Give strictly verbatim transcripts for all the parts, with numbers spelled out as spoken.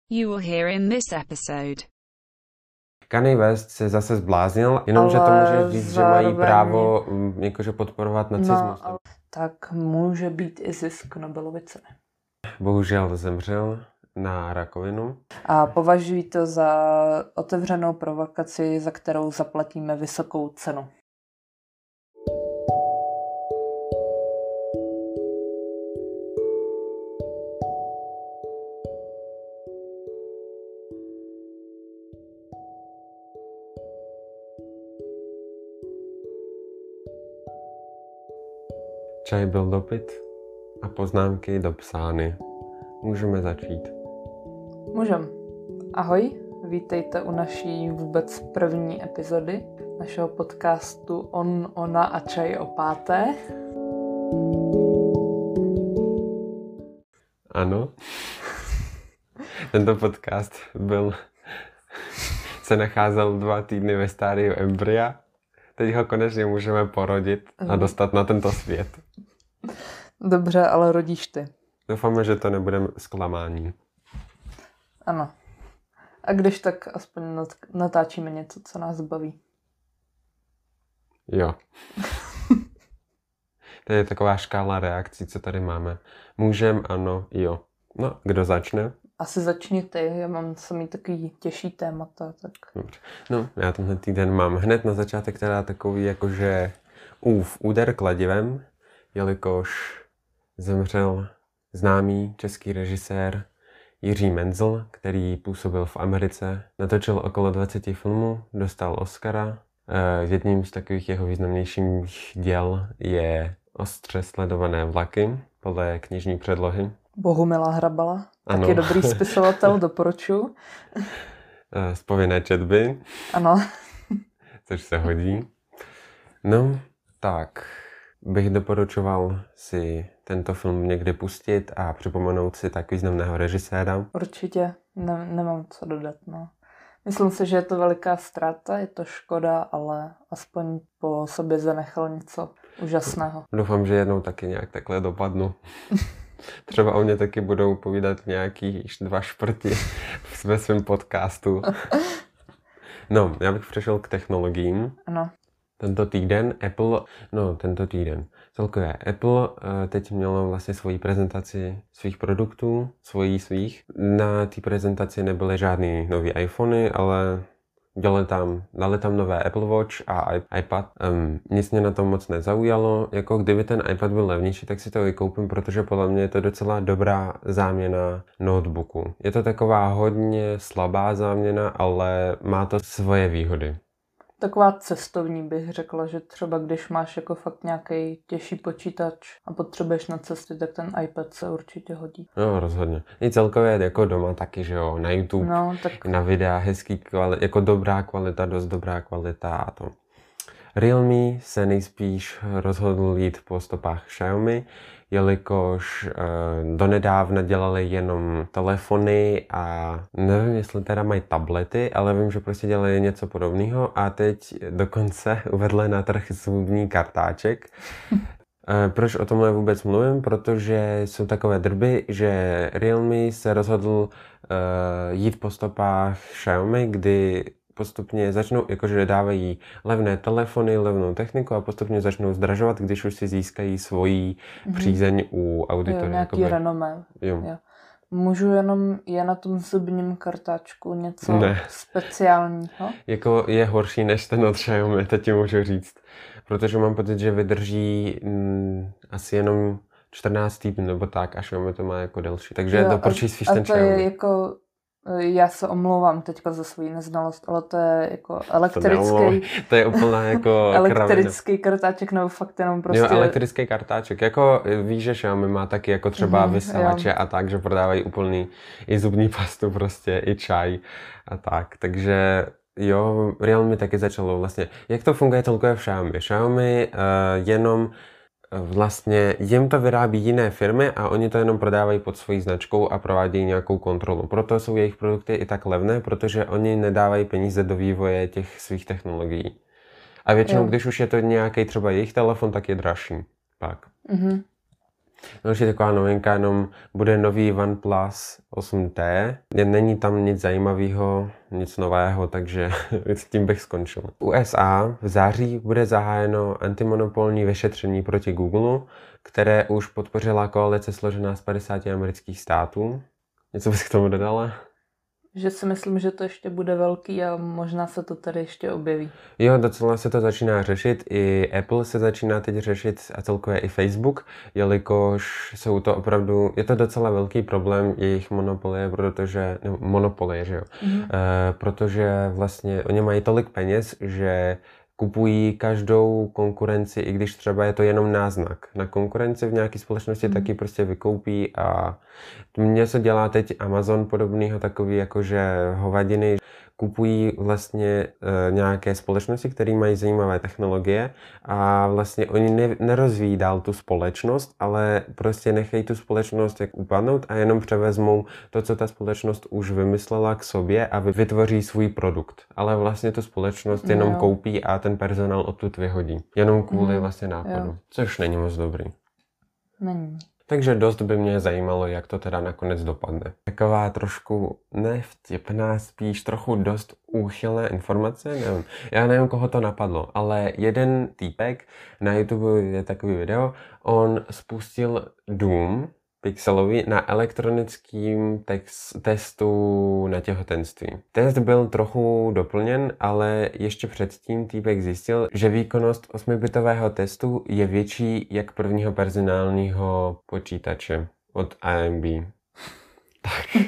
you will hear in this episode. Kanye West se zase zbláznil, jenomže to může říct, zároveň... že mají právo jakože podporovat nacismus. No, tak může být i zisk Nobelovy ceny. Bohužel zemřel na rakovinu. A považují to za otevřenou provokaci, za kterou zaplatíme vysokou cenu. Čaj byl dopit a poznámky dopsány. Můžeme začít. Můžem. Ahoj, vítejte u naší vůbec první epizody našeho podcastu On, Ona a čaj o páté. Ano. Tento podcast byl, se nacházel dva týdny ve stádiu embrya. Teď ho konečně můžeme porodit a dostat na tento svět. Dobře, ale rodíš ty. Doufáme, že to nebude zklamání. Ano. A když tak aspoň natáčíme něco, co nás baví. Jo. To je taková škála reakcí, co tady máme. Můžem, ano, jo. No, kdo začne? Asi začni ty, já mám samý takový těžší témata, tak... Dobře. No, já tenhle týden mám hned na začátek teda takový jakože úv, úder kladivem, jelikož zemřel známý český režisér Jiří Menzel, který působil v Americe. Natočil okolo dvacet filmů, dostal Oscara. Jedním z takových jeho významnějších děl je Ostře sledované vlaky podle knižní předlohy. Bohumila Hrabala, ano. Taky dobrý spisovatel, doporučuji. Z povinné četby. Ano. Což se hodí. No, tak bych doporučoval si tento film někdy pustit a připomenout si tak významného režiséra. Určitě, ne, nemám co dodat, no. Myslím si, že je to veliká ztráta, je to škoda, ale aspoň po sobě zanechal něco úžasného. Doufám, že jednou taky nějak takhle dopadnu. Třeba o mě taky budou povídat nějaký dva šprti ve svém podcastu. No, já bych přešel k technologiím. Ano. Tento týden Apple, no tento týden, celkově Apple teď mělo vlastně svoji prezentaci svých produktů, svojí svých. Na té prezentaci nebyly žádný nový iPhony, ale dělali tam, dali tam nové Apple Watch a iPad. Um, nic mě na tom moc nezaujalo, jako kdyby ten iPad byl levnější, tak si to vykoupím, protože podle mě je to docela dobrá záměna notebooku. Je to taková hodně slabá záměna, ale má to svoje výhody. Taková cestovní bych řekla, že třeba když máš jako fakt nějaký těžší počítač a potřebuješ na cesty, tak ten iPad se určitě hodí. No, rozhodně. I celkově jako doma taky, že jo, na YouTube, no, tak... na videa, hezký kvalita, jako dobrá kvalita, dost dobrá kvalita a to. Realme se nejspíš rozhodl jít po stopách Xiaomi, jelikož e, donedávna dělali jenom telefony a nevím, jestli teda mají tablety, ale vím, že prostě dělali něco podobného a teď dokonce uvedli na trh zubní kartáček. e, proč o tomhle vůbec mluvím? Protože jsou takové drby, že Realme se rozhodl e, jít po stopách Xiaomi, kdy postupně začnou, jakože dávají levné telefony, levnou techniku a postupně začnou zdražovat, když už si získají svoji mm-hmm. přízeň u auditory. Jo, nějaký jakoby... renomé. Jo. Jo. Můžu jenom, je na tom zubním kartáčku něco ne. speciálního? Jako je horší než ten od Xiaomi, teď ti můžu říct. Protože mám pocit, že vydrží mm, asi jenom čtrnáct týdnů nebo tak, a Xiaomi to má jako delší. Takže doporučuji spíš ten Xiaomi. A to je jako... Já se omlouvám teďka za svou neznalost, ale to je jako elektrický... To, to je úplná jako... elektrický kartáček nebo fakt jenom prostě... Jo, elektrický kartáček. Jako víš, že Xiaomi má taky jako třeba mm, vysavače jo. a tak, že prodávají úplný i zubní pastu prostě, i čaj a tak. Takže jo, Realme taky začalo vlastně... Jak to funguje celkově v Xiaomi? Xiaomi uh, jenom... Vlastně jim to vyrábí jiné firmy a oni to jenom prodávají pod svojí značkou a provádějí nějakou kontrolu. Proto jsou jejich produkty i tak levné, protože oni nedávají peníze do vývoje těch svých technologií. A většinou, jo. když už je to nějaký třeba jejich telefon, tak je dražší. Pak. Mm-hmm. Další taková novinka, jenom bude nový OnePlus osm T. Není tam nic zajímavého, nic nového, takže s tím bych skončil. U U S A v září bude zahájeno antimonopolní vyšetření proti Google, které už podpořila koalice složená z padesáti amerických států. Něco bys k tomu dodala? Že si myslím, že to ještě bude velký a možná se to tady ještě objeví. Jo, docela se to začíná řešit. I Apple se začíná teď řešit a celkově i Facebook, jelikož jsou to opravdu, je to docela velký problém jejich monopolie, protože, no, monopolie, že jo, mm. e, protože vlastně oni mají tolik peněz, že kupují každou konkurenci, i když třeba je to jenom náznak. Na konkurenci v nějaké společnosti mm. taky prostě vykoupí a něco dělá teď Amazon podobného, takový jakože hovadiny. Kupují vlastně e, nějaké společnosti, které mají zajímavé technologie a vlastně oni ne, nerozvíjí dál tu společnost, ale prostě nechají tu společnost jak upadnout a jenom převezmou to, co ta společnost už vymyslela k sobě a vytvoří svůj produkt. Ale vlastně tu společnost no, jenom jo. koupí a ten personál odtud vyhodí. Jenom kvůli mm, vlastně nápadu, jo. což není moc dobrý. Není. Takže dost by mě zajímalo, jak to teda nakonec dopadne. Taková trošku nevtipná, spíš trochu dost úchylné informace, nevím. Já nevím, koho to napadlo, ale jeden týpek, na YouTube je takový video, on spustil Doom pixelový na elektronickým text, testu na těhotenství. Test byl trochu doplněn, ale ještě předtím týpek zjistil, že výkonnost osmibitového testu je větší jak prvního personálního počítače od A M D. Tak.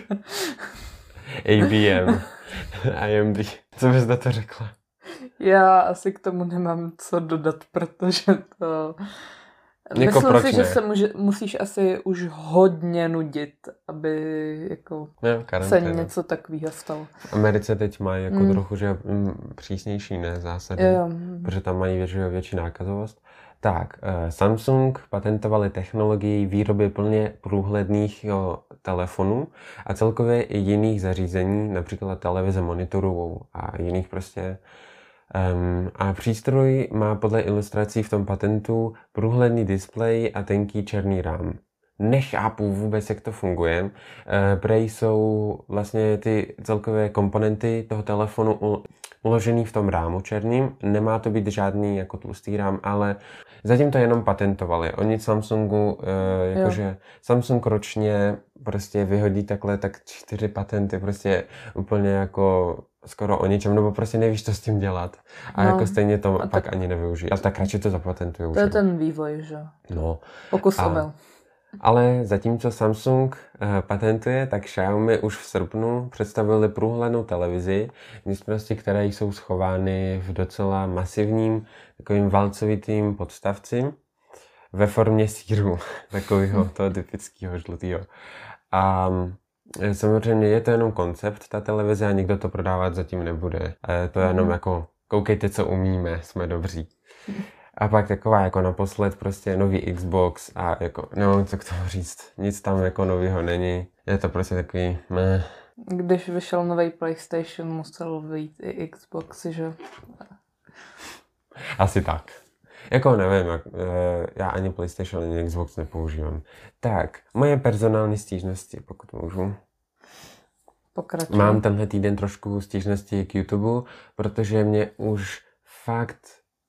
A B M. A M D. Co bys na to řekla? Já asi k tomu nemám co dodat, protože to... Jako Myslím si, ne? že se může, musíš asi už hodně nudit, aby jako no, se něco takového stalo. V Americe teď mají jako mm. trochu že, m, přísnější ne, zásady, jo. protože tam mají větší, větší nákazovost. Tak, Samsung patentovali technologii výroby plně průhledných jo, telefonů a celkově i jiných zařízení, například televize, monitorů a jiných prostě. Um, a přístroj má podle ilustrací v tom patentu průhledný displej a tenký černý rám. Nechápu vůbec, jak to funguje. E, prej jsou vlastně ty celkové komponenty toho telefonu u, uložený v tom rámu černým. Nemá to být žádný jako tlustý rám, ale zatím to jenom patentovali. Oni Samsungu, e, jakože Samsung ročně prostě vyhodí takhle tak čtyři patenty, prostě úplně jako skoro o ničem, nebo prostě nevíš, co s tím dělat. A no, jako stejně to pak tak, ani nevyužijí. A tak radši to zapatentují. To je ten vývoj, že? No. Pokus omyl. Ale zatímco Samsung eh, patentuje, tak Xiaomi už v srpnu představili průhlednou televizi, místnosti, které jsou schovány v docela masivním, takovým valcovitým podstavci ve formě sýru, takového toho typického žlutého. A samozřejmě je to jenom koncept, ta televize, a nikdo to prodávat zatím nebude. A to je jenom jako, koukejte, co umíme, jsme dobří. A pak taková jako naposled prostě nový Xbox a jako nevím, co k tomu říct. Nic tam jako novýho není. Je to prostě takový meh. Když vyšel nový PlayStation, musel vyjít i Xbox, že? Asi tak. Jako nevím, jak, já ani PlayStation, ani Xbox nepoužívám. Tak, moje personální stížnosti, pokud můžu. Pokračuj. Mám tenhle týden trošku stížnosti k YouTube, protože mě už fakt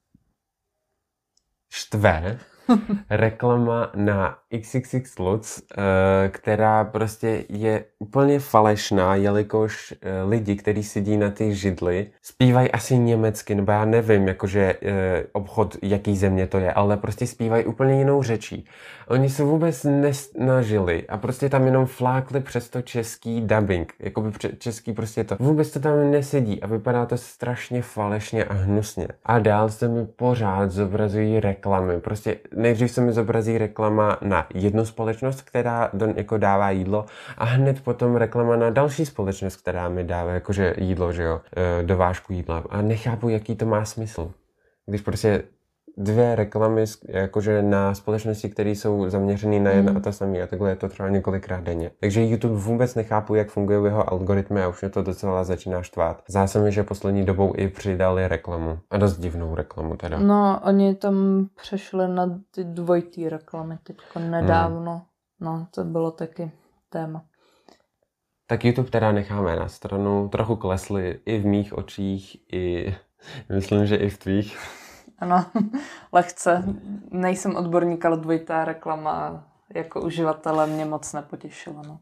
štve reklama na X X X Lutz, která prostě je úplně falešná, jelikož lidi, kteří sedí na ty židli, zpívají asi německy, nebo já nevím, jakože obchod, jaký země to je, ale prostě zpívají úplně jinou řečí. Oni se vůbec nesnažili a prostě tam jenom flákli přes to český dubbing, jakoby český prostě to. Vůbec to tam nesedí a vypadá to strašně falešně a hnusně. A dál se mi pořád zobrazují reklamy, prostě nejdřív se mi zobrazí reklama na jednu společnost, která do, jako dává jídlo, a hned potom reklama na další společnost, která mi dává jakože jídlo, že jo, dovážku jídla. A nechápu, jaký to má smysl. Když prostě dvě reklamy jakože na společnosti, které jsou zaměřené na jedno Mm. a to samé a takhle je to třeba několikrát denně. Takže YouTube vůbec nechápu, jak fungují jeho algoritmy a už mě to docela začíná štvát. Zdá se mi, že poslední dobou i přidali reklamu. A dost divnou reklamu teda. No, oni tam přešli na ty dvojitý reklamy teďko nedávno. No, to bylo taky téma. Tak YouTube teda necháme na stranu. Trochu klesly i v mých očích, i myslím, že i v tvých. Ano, lehce. Nejsem odborník, ale dvojitá reklama jako uživatele mě moc nepotěšila. No.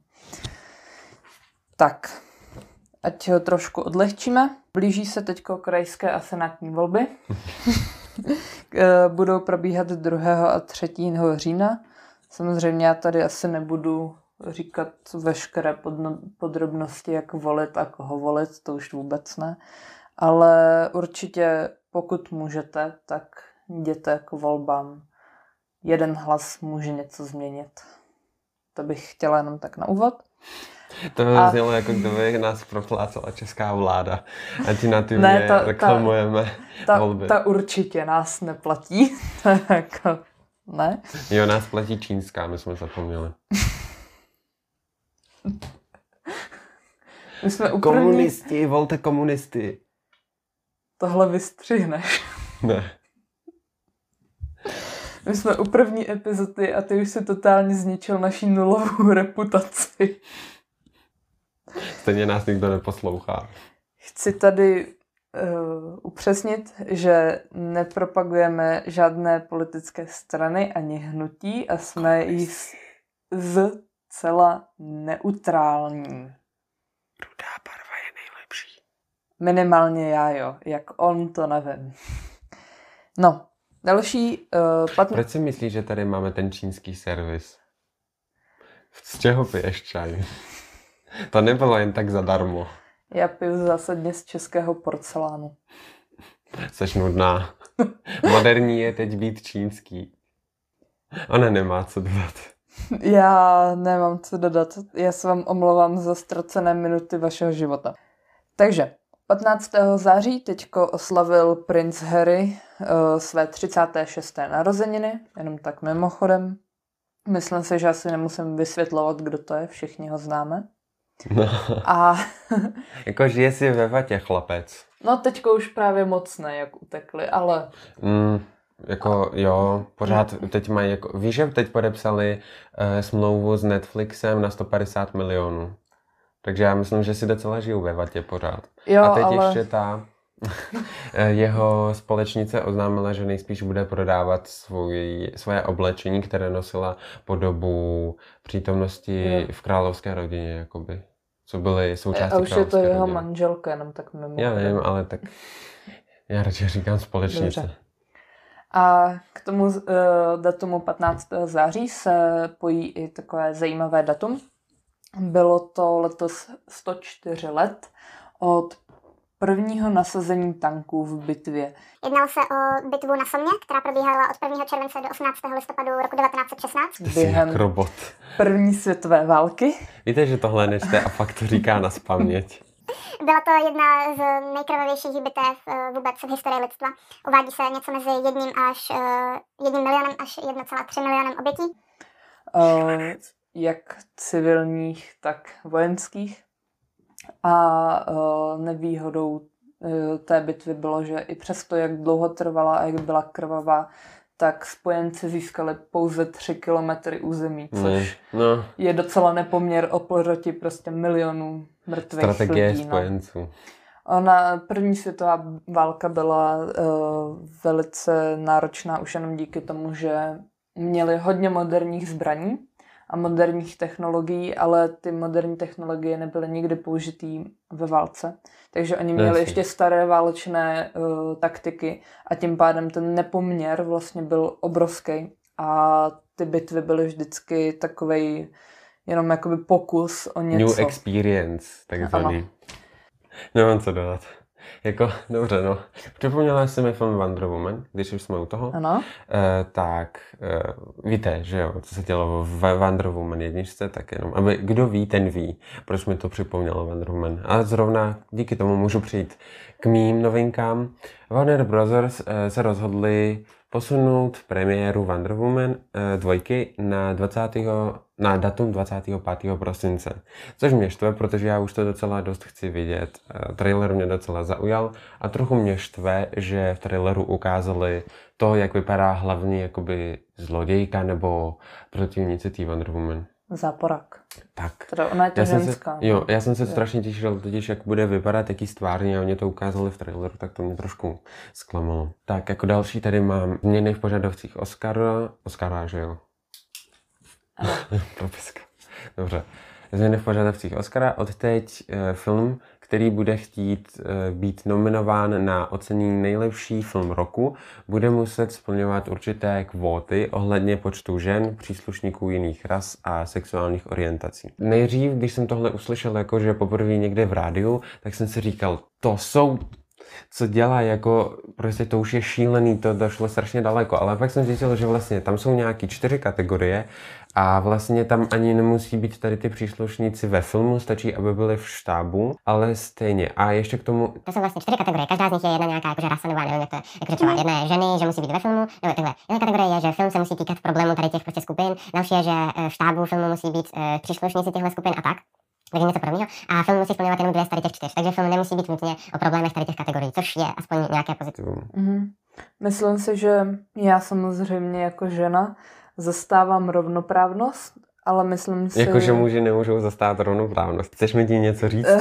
Tak, ať ho trošku odlehčíme. Blíží se teďko krajské a senátní volby. Budou probíhat druhého a třetího října. Samozřejmě já tady asi nebudu říkat veškeré podno- podrobnosti, jak volit a koho volit, to už vůbec ne. Ale určitě, pokud můžete, tak jděte k volbám. Jeden hlas může něco změnit. To bych chtěla jenom tak na úvod. To by A- znělo, jako kdyby nás proplácela česká vláda. A ti na ty Ne, mě ta- ta- reklamujeme Ta, volby. ta určitě nás neplatí. Jako, ne? Jo, nás platí čínská, my jsme zapomněli. My jsme úplně... Komunisti, volte komunisty. Tohle vystřihneš. Ne. My jsme u první epizody a ty už si totálně zničil naši nulovou reputaci. Stejně nás nikdo neposlouchá. Chci tady uh, upřesnit, že nepropagujeme žádné politické strany ani hnutí a jsme jí z, z celá neutrální. Rudá barva je nejlepší. Minimálně já, jo. Jak on, to nevím. No, další... Uh, patn- Proč si myslíš, že tady máme ten čínský servis? Z čeho piješ čaj? To nebylo jen tak zadarmo. Já piju zásadně z českého porcelánu. Seš nudná. Moderní je teď být čínský. Ona nemá co dodat. Já nemám co dodat. Já se vám omlouvám za ztracené minuty vašeho života. Takže patnáctého září teďko oslavil princ Harry uh, své třicáté šesté narozeniny, jenom tak mimochodem. Myslím si, že asi nemusím vysvětlovat, kdo to je, všichni ho známe. No. A Jako žije si ve vatě, chlapec. no teďko už právě moc ne, jak utekli, ale Mm, jako jo, pořád teď mají jako, víš, že teď podepsali uh, smlouvu s Netflixem na sto padesát milionů. Takže já myslím, že si docela žijou ve vatě pořád. jo, A teď ale ještě ta jeho společnice oznámila, že nejspíš bude prodávat svůj, svoje oblečení, které nosila po dobu přítomnosti Jo. v královské rodině, jakoby. Co byly součástí a už je to královské jeho rodiny. manželka, jenom tak mimochodem. Já vím, ale tak já radši říkám společnice. Dobře. A k tomu uh, datumu patnáctého září se pojí i takové zajímavé datum. Bylo to letos sto čtyři let od prvního nasazení tanků v bitvě. Jednalo se o bitvu na Somě, která probíhala od prvního července do osmnáctého listopadu roku devatenáct set šestnáct. Ty jsi jak robot. první světové války. Víte, že tohle nečte a fakt to říká na spaměť. Byla to jedna z nejkrvavějších bitev eh, vůbec v historii lidstva. Uvádí se něco mezi jedním až eh, jedním milionem až jedna celá tři milionem obětí. Uh, jak civilních, tak vojenských. A uh, nevýhodou uh, té bitvy bylo, že i přesto, jak dlouho trvala a jak byla krvavá, tak spojenci získali pouze tři kilometry území, což No, no. je docela nepoměr oproti prostě milionů mrtvých Strategie lidí. No. spojenců. Ona, první světová válka byla uh, velice náročná už jenom díky tomu, že měli hodně moderních zbraní a moderních technologií, ale ty moderní technologie nebyly nikdy použitý ve válce. Takže oni měli Jasně. ještě staré válečné uh, taktiky a tím pádem ten nepoměr vlastně byl obrovský a ty bitvy byly vždycky takovej jenom jakoby pokus o něco. New experience, takzvaný. Nemám co dodat. Jako, dobře, no. Připomněla jsi mi film Wonder Woman, když už jsme u toho. Ano. E, tak, e, víte, že jo, co se dělo v Wonder Woman jedničce, tak jenom, aby kdo ví, ten ví, proč mi to připomnělo Wonder Woman. A zrovna díky tomu můžu přijít k mým novinkám. Warner Brothers e, se rozhodli posunout premiéru Wonder Woman e, dvojky na, dvacátého na datum dvacátého pátého prosince. Což mě štve, protože já už to docela dost chci vidět. E, trailer mě docela zaujal a trochu mě štve, že v traileru ukázali to, jak vypadá hlavní jakoby zlodějka nebo protivnice té Wonder Woman. Záporák. Tak. Teda ona je to Já jsem ženská. se, jo, já jsem se strašně těšil totiž, jak bude vypadat, jaký stvárně, a oni to ukázali v traileru, tak to mě trošku zklamalo. Tak, jako další tady mám změny v požadavcích Oscara. Oscara, že jo? Propiska. Dobře. Změny v požadavcích Oscara. Odteď e, film, který bude chtít e, být nominován na ocenění nejlepší film roku, bude muset splňovat určité kvóty ohledně počtu žen, příslušníků jiných ras a sexuálních orientací. Nejdřív, když jsem tohle uslyšel jakože poprvé někde v rádiu, tak jsem si říkal, to jsou, co dělá, jako prostě to už je šílený, to došlo strašně daleko, ale pak jsem zjistil, že vlastně tam jsou nějaký čtyři kategorie a vlastně tam ani nemusí být tady ty příslušníci ve filmu, stačí, aby byli v štábu, ale stejně. A ještě k tomu... To jsou vlastně čtyři kategorie, každá z nich je jedna nějaká jakože rasa nebo nevím, jak to je, jakože třeba jedna je ženy, že musí být ve filmu, nebo takhle. Jedna kategorie je, že film se musí týkat problémů tady těch prostě skupin, další je, že v štábu filmu musí být e, příslušníci těchto skupin a tak. Takže něco podobného. A film musí splňovat jenom dvě z tady těch čtyř, takže film nemusí být nutně o problémech tady těch kategorií, což je aspoň nějaké pozitivum. Mm-hmm. Myslím si, že já samozřejmě jako žena zastávám rovnoprávnost, ale myslím si... Jakože muži nemůžou zastávat rovnoprávnost. Chceš mi tím něco říct?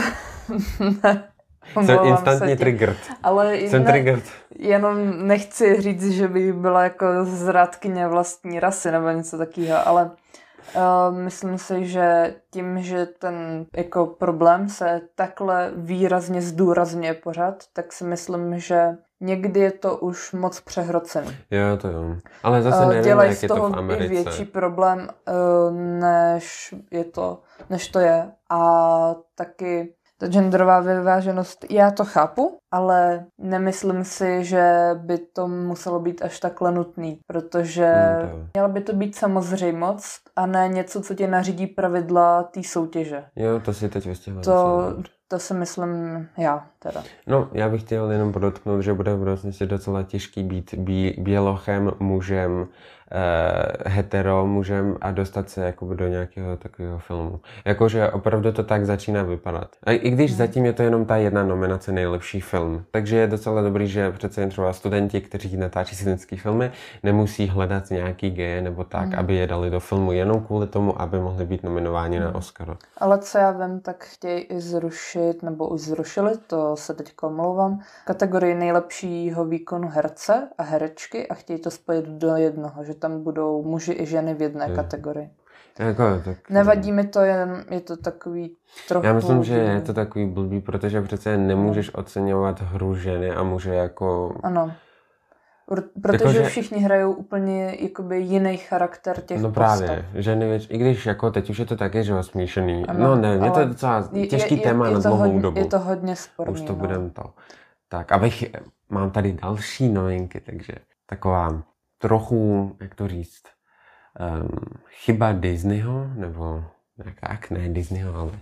Ne. Jsem instantně triggered. Ale Jsem ne, triggered. Jenom nechci říct, že bych byla jako zrádkyně vlastní rasy nebo něco takového, ale Uh, myslím si, že tím, že ten jako problém se takhle výrazně zdůrazňuje pořád, tak si myslím, že někdy je to už moc přehrocený. Jo, to jo. Ale zase Uh, nevím, dělají jak z je to toho v Americe. i větší problém, uh, než je to, než to je. A taky ta genderová vyváženost, já to chápu, ale nemyslím si, že by to muselo být až takhle nutný, protože Hmm, měla by to být samozřejmost a ne něco, co tě nařídí pravidla té soutěže. Jo, to si teď vystihla. To, to si myslím já teda. No, já bych chtěl jenom podotknout, že bude v budoucnosti docela těžký být bí- bělochem, mužem, eh, hetero mužem a dostat se jakoby do nějakého takového filmu. Jakože opravdu to tak začíná vypadat. A i když hmm. zatím je to jenom ta jedna nominace nejlepší film. Takže je docela dobrý, že přece jen třeba studenti, kteří natáčí studentské filmy, nemusí hledat nějaký geje nebo tak, hmm. aby je dali do filmu jenom kvůli tomu, aby mohli být nominováni hmm. na Oscara. Ale co já vím, tak chtějí i zrušit, nebo už zrušili, to se teďka omlouvám, kategorii nejlepšího výkonu herce a herečky a chtějí to spojit do jednoho, že tam budou muži i ženy v jedné hmm. kategorii. Jako, tak... Nevadí mi to, jen je to takový trochu... Já myslím, že je to takový blbý, protože přece nemůžeš oceňovat hru ženy a muže jako... Ano. Protože jako, že... všichni hrajou úplně jakoby jiný charakter těch No postav. právě, ženy věč, i když jako teď už je to taky, že jo, smíšený. Ano, no nevím, je to docela těžký je, téma je, je na dlouhou hodně, dobu. Je to hodně sporný. Už to no. budem to. Tak, abych, mám tady další novinky, takže taková trochu, jak to říct, um, chyba Disneyho, nebo jak, ne Disneyho, ale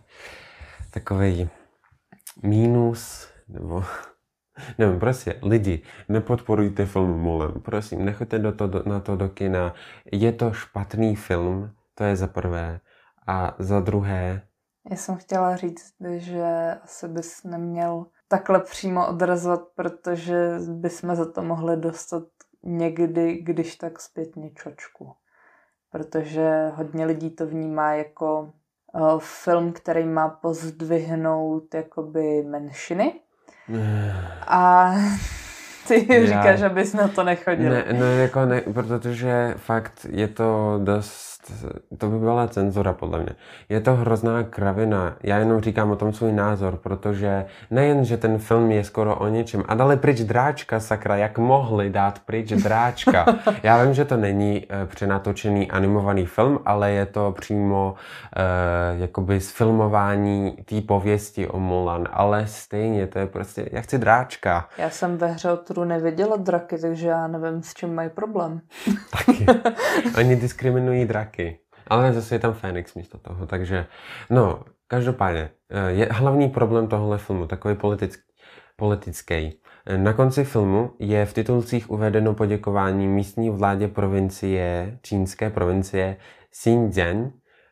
takovej mínus, nebo nevím, prostě lidi, nepodporujte film Mulan, prosím, nechoďte do to, do, na to do kina, je to špatný film, to je za prvé, a za druhé... Já jsem chtěla říct, že asi bys neměl takhle přímo odrazovat, protože bychom za to mohli dostat někdy, když tak zpětně čočku. Protože hodně lidí to vnímá jako uh, film, který má pozdvihnout jakoby menšiny. A ty já... říkáš, abys na to nechodil. Ne, ne, jako ne, protože fakt je to dost, to by byla cenzura podle mě. Je to hrozná kravina. Já jenom říkám o tom svůj názor, protože nejen, že ten film je skoro o něčem, a dali pryč dráčka, sakra, jak mohli dát pryč dráčka. Já vím, že to není e, přenatočený animovaný film, ale je to přímo e, jakoby zfilmování té pověsti o Mulan, ale stejně, to je prostě, já chci dráčka. Já jsem ve Hře o trůny neviděla draky, takže já nevím, s čím mají problém. Taky. Oni diskriminují draky. Ale zase je tam Fénix místo toho, takže no, každopádně, je hlavní problém tohle filmu, takový politický, politický. Na konci filmu je v titulcích uvedeno poděkování místní vládě provincie, čínské provincie Xinjiang,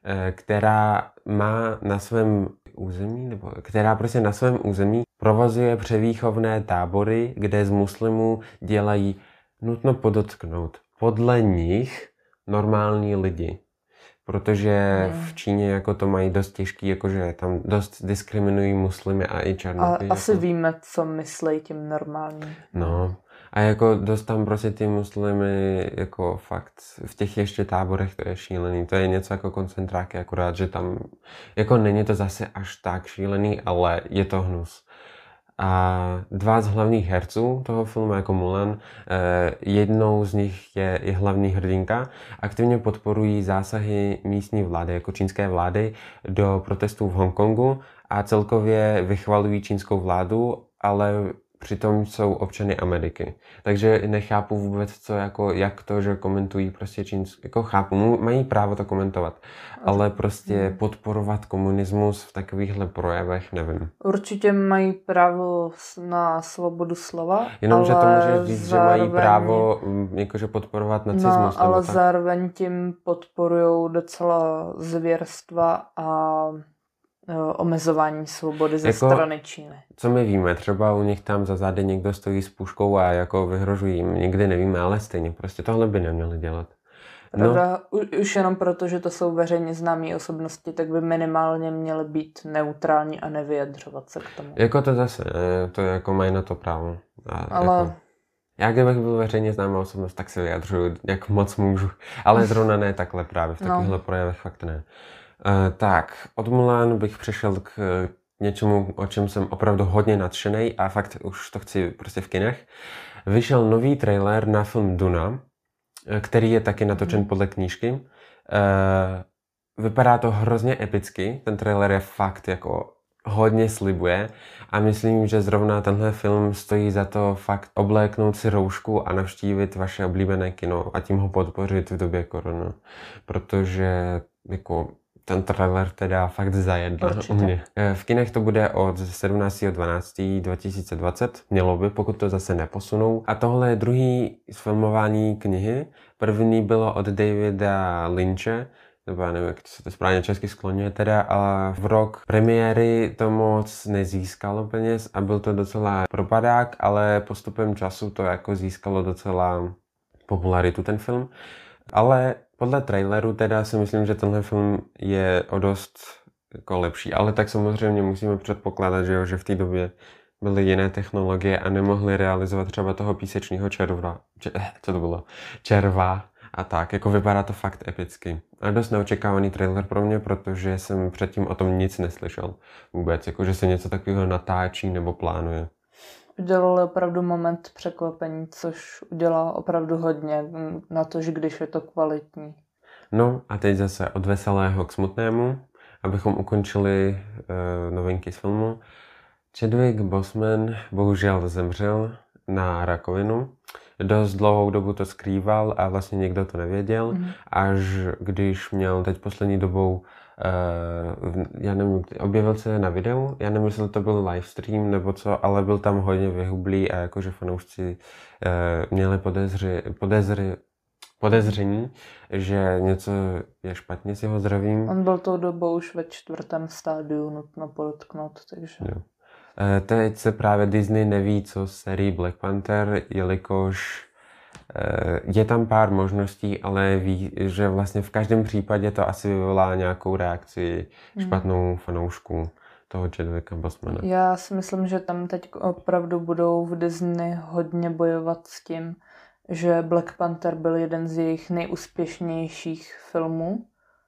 která má na svém území, nebo která prostě na svém území provozuje převýchovné tábory, kde z muslimů dělají, nutno podotknout, podle nich normální lidi. Protože v Číně jako to mají dost těžký, jakože tam dost diskriminují muslimy a i černochy. A asi jako... víme, co myslí tím normálním. No. A jako dost tam prostě ty muslimy, jako fakt, v těch ještě táborech to je šílený. To je něco jako koncentráky, akorát, že tam, jako není to zase až tak šílený, ale je to hnus. A dva z hlavních herců toho filmu, jako Mulan, eh, jednou z nich je i hlavní hrdinka, aktivně podporují zásahy místní vlády, jako čínské vlády, do protestů v Hongkongu a celkově vychvalují čínskou vládu, ale přitom jsou občany Ameriky. Takže nechápu vůbec, co jako, jak to, že komentují prostě čínské, jako chápu, mají právo to komentovat, ale prostě podporovat komunismus v takovýchhle projevech, nevím. Určitě mají právo na svobodu slova, Jenomže to může říct, zároveň... že mají právo jakože podporovat nacismus. No, ale tak? zároveň tím podporují docela zvěrstva a omezování svobody ze jako, strany Číny. Co my víme, třeba u nich tam za zády někdo stojí s puškou a jako vyhrožují jim, nikdy nevíme, ale stejně, prostě tohle by neměli dělat. Pravda, no. Už jenom proto, že to jsou veřejně známé osobnosti, tak by minimálně měly být neutrální a nevyjadřovat se k tomu. Jako to zase, to jako mají na to právo. A ale... Jako, já kdybych byl veřejně známá osobnost, tak se vyjadřuju, jak moc můžu, ale zrovna ne takhle právě, v takovýchhle no. projevech fakt ne. Uh, tak, od Mulan bych přešel k něčemu, o čem jsem opravdu hodně nadšenej a fakt už to chci prostě v kinech. Vyšel nový trailer na film Duna, který je taky natočen mm. podle knížky. Uh, vypadá to hrozně epicky, ten trailer je fakt jako hodně slibuje a myslím, že zrovna tenhle film stojí za to fakt obléknout si roušku a navštívit vaše oblíbené kino a tím ho podpořit v době korona. Protože jako ten trailer teda fakt zajedl u mě. V kinech to bude od sedmnáctého dvanáctého dva tisíce dvacet, mělo by, pokud to zase neposunou. A tohle je druhý zfilmování knihy. První bylo od Davida Lynche, nebo já nevím, jak se to správně česky skloňuje teda, ale v rok premiéry to moc nezískalo peněz a byl to docela propadák, ale postupem času to jako získalo docela popularitu ten film. Ale podle traileru teda si myslím, že tenhle film je o dost jako lepší, ale tak samozřejmě musíme předpokládat, že, jo, že v té době byly jiné technologie a nemohli realizovat třeba toho písečního červa, če, co to bylo, červa a tak, jako vypadá to fakt epicky. A dost neočekávaný trailer pro mě, protože jsem předtím o tom nic neslyšel vůbec, jako že se něco takového natáčí nebo plánuje. Udělali opravdu moment překvapení, což udělá opravdu hodně na to, že když je to kvalitní. No a teď zase od veselého k smutnému, abychom ukončili uh, novinky z filmu. Chadwick Boseman bohužel zemřel na rakovinu. Dost dlouhou dobu to skrýval a vlastně nikdo to nevěděl, mm. až když měl teď poslední dobou Uh, já nevím, objevil se na videu, já nevím, jestli to byl livestream nebo co, ale byl tam hodně vyhublý a jakože fanoušci uh, měli podezři, podezři, podezření, že něco je špatně s jeho zdravím. On byl tou dobou už ve čtvrtém stádiu, nutno podotknout, takže... Jo. Uh, teď se právě Disney neví, co s sérií Black Panther, jelikož je tam pár možností, ale ví, že vlastně v každém případě to asi vyvolá nějakou reakci špatnou hmm. fanoušku toho Chadwicka Bosemana. Já si myslím, že tam teď opravdu budou v Disney hodně bojovat s tím, že Black Panther byl jeden z jejich nejúspěšnějších filmů.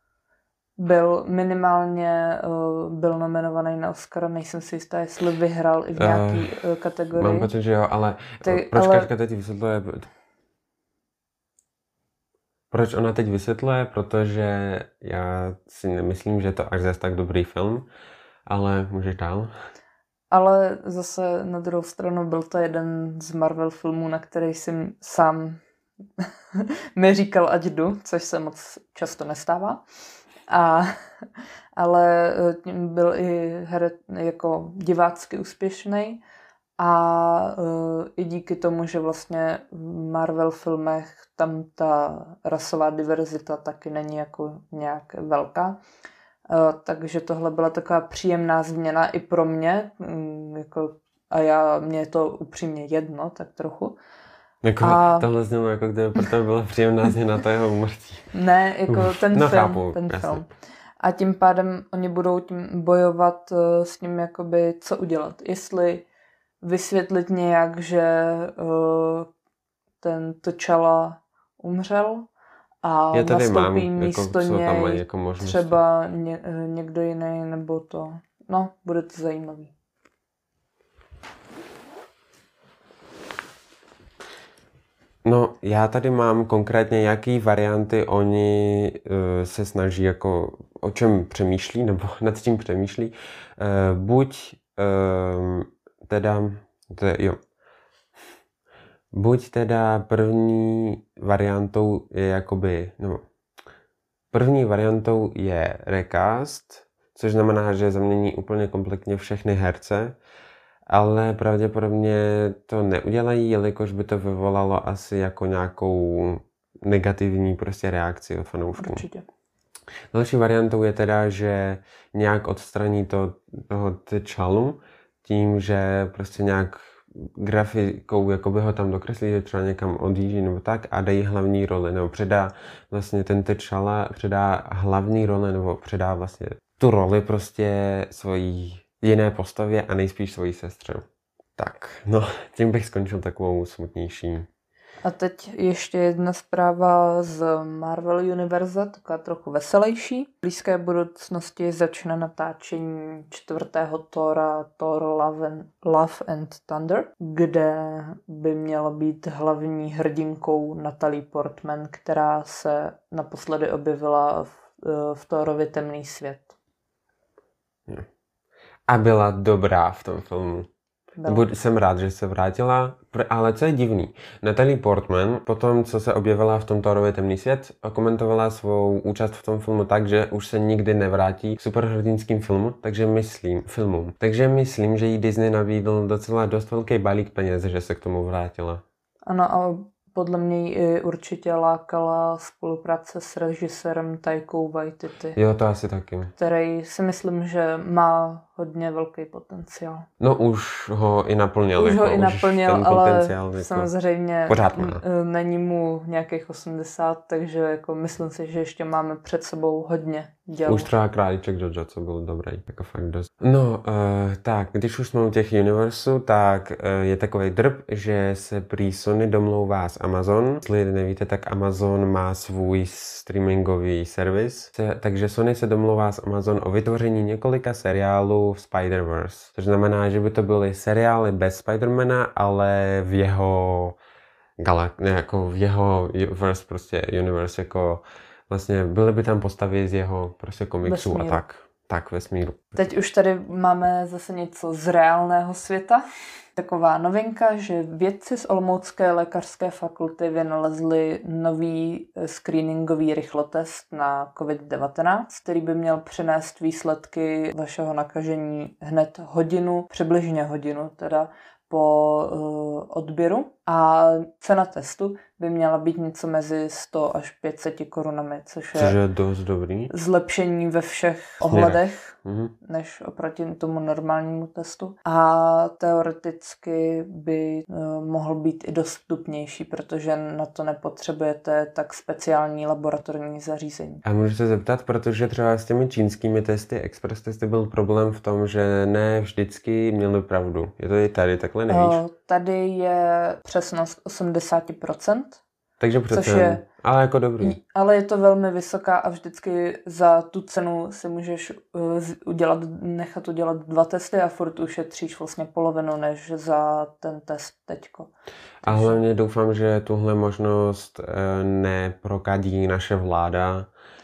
Byl minimálně uh, byl nominovaný na Oscara, nejsem si jistá, jestli vyhrál i v nějaký uh, kategorii. Mám pocit, že jo, ale Ty, proč ale... Kačka teď vysvětluje... Proč ona teď vysvětluje? Protože já si nemyslím, že je to až zase tak dobrý film, ale můžeš dál. Ale zase na druhou stranu byl to jeden z Marvel filmů, na který jsem sám mi říkal, ať jdu, což se moc často nestává. A, ale byl i heret, jako divácky úspěšný A uh, i díky tomu, že vlastně v Marvel filmech tam ta rasová diverzita taky není jako nějak velká. Uh, takže tohle byla taková příjemná změna i pro mě. Um, jako, a já, mě je to upřímně jedno, tak trochu. Jako, a... tohle znělo, jako kdyby pro tebe byla příjemná změna to jeho úmrtí. Ne, jako Uf, ten no, film. chápu, ten jasně. film. A tím pádem oni budou tím bojovat uh, s tím, jakoby, co udělat. Jestli vysvětlit nějak, že uh, ten T'Challa umřel a Já tady nastoupí mám, jako, místo co tam mají něj jako možnosti. třeba ně, někdo jiný, nebo to. No, bude to zajímavý. No, já tady mám konkrétně, jaký varianty oni uh, se snaží, jako o čem přemýšlí, nebo nad tím přemýšlí. Uh, buď uh, teda, to je, jo, buď teda první variantou je jakoby, no, první variantou je recast, což znamená, že zamění úplně kompletně všechny herce, ale pravděpodobně to neudělají, jelikož by to vyvolalo asi jako nějakou negativní prostě reakci od fanoušků. Určitě. Další variantou je teda, že nějak odstraní to, toho T'Challu tím, že prostě nějak grafikou jakoby ho tam dokreslí, že třeba někam odjíždí nebo tak a dají hlavní roli, nebo předá vlastně ten T'Challa, předá hlavní roli, nebo předá vlastně tu roli prostě svojí jiné postavě a nejspíš svojí sestře. Tak, no, tím bych skončil takovou smutnější. A teď ještě jedna zpráva z Marvel Universe, taková trochu veselější. V blízké budoucnosti začne natáčení čtvrtého Thora, Thor Love and, Love and Thunder, kde by měla být hlavní hrdinkou Natalie Portman, která se naposledy objevila v, v Thorově Temný svět. No. A byla dobrá v tom filmu. Byl. Jsem rád, že se vrátila, ale co je divný, Natalie Portman po tom, co se objevila v tom Thorově Temný svět, komentovala svou účast v tom filmu tak, že už se nikdy nevrátí k superhrdinským filmu, takže myslím, filmům. Takže myslím, že jí Disney nabídl docela dost velký balík peněz, že se k tomu vrátila. Ano, a podle mě i určitě lákala spolupráce s režisérem Taikou Waititi. Jo, to asi taky. Který si myslím, že má hodně velký potenciál. No už ho i naplnil. Už jako, ho i naplnil, ten ale jako samozřejmě pořád má. Není mu nějakých osmdesát, takže jako myslím si, že ještě máme před sebou hodně děl. Už třeba Králíček Jojo, co byl dobrý, jako fakt dost. No, uh, tak, když už jsme u těch universů, tak uh, je takový drb, že se prý Sony domlouvá s Amazon. Jestli nevíte, tak Amazon má svůj streamingový servis, takže Sony se domlouvá s Amazon o vytvoření několika seriálů v Spider-Verse. Což znamená, že by to byly seriály bez Spidermana, ale v jeho galak, ne, jako v jeho verse, prostě universe, jako vlastně byly by tam postavy z jeho prostě komiksů vesmíru. A tak. Tak, vesmíru. Teď už tady máme zase něco z reálného světa. Taková novinka, že vědci z Olomoucké lékařské fakulty vynalezli nový screeningový rychlotest na covid devatenáct, který by měl přinést výsledky vašeho nakažení hned hodinu, přibližně hodinu teda, po uh, odběru. A cena testu by měla být něco mezi sto až pět set korunami, což je, což je dost dobrý. Zlepšení ve všech ohledech, mm-hmm. než oproti tomu normálnímu testu. A teoreticky by uh, mohl být i dostupnější, protože na to nepotřebujete tak speciální laboratorní zařízení. A můžu se zeptat, protože třeba s těmi čínskými testy, express testy byl problém v tom, že ne vždycky měli pravdu. Je to i tady, takhle nevíš? Uh, tady je přesnost osmdesát procent. Takže přece, což je, ale jako dobrý. Ale je to velmi vysoká a vždycky za tu cenu si můžeš uh, udělat, nechat udělat dva testy a furt ušetříš vlastně polovinu než za ten test teďko. A hlavně doufám, že tuhle možnost uh, neprokadí naše vláda,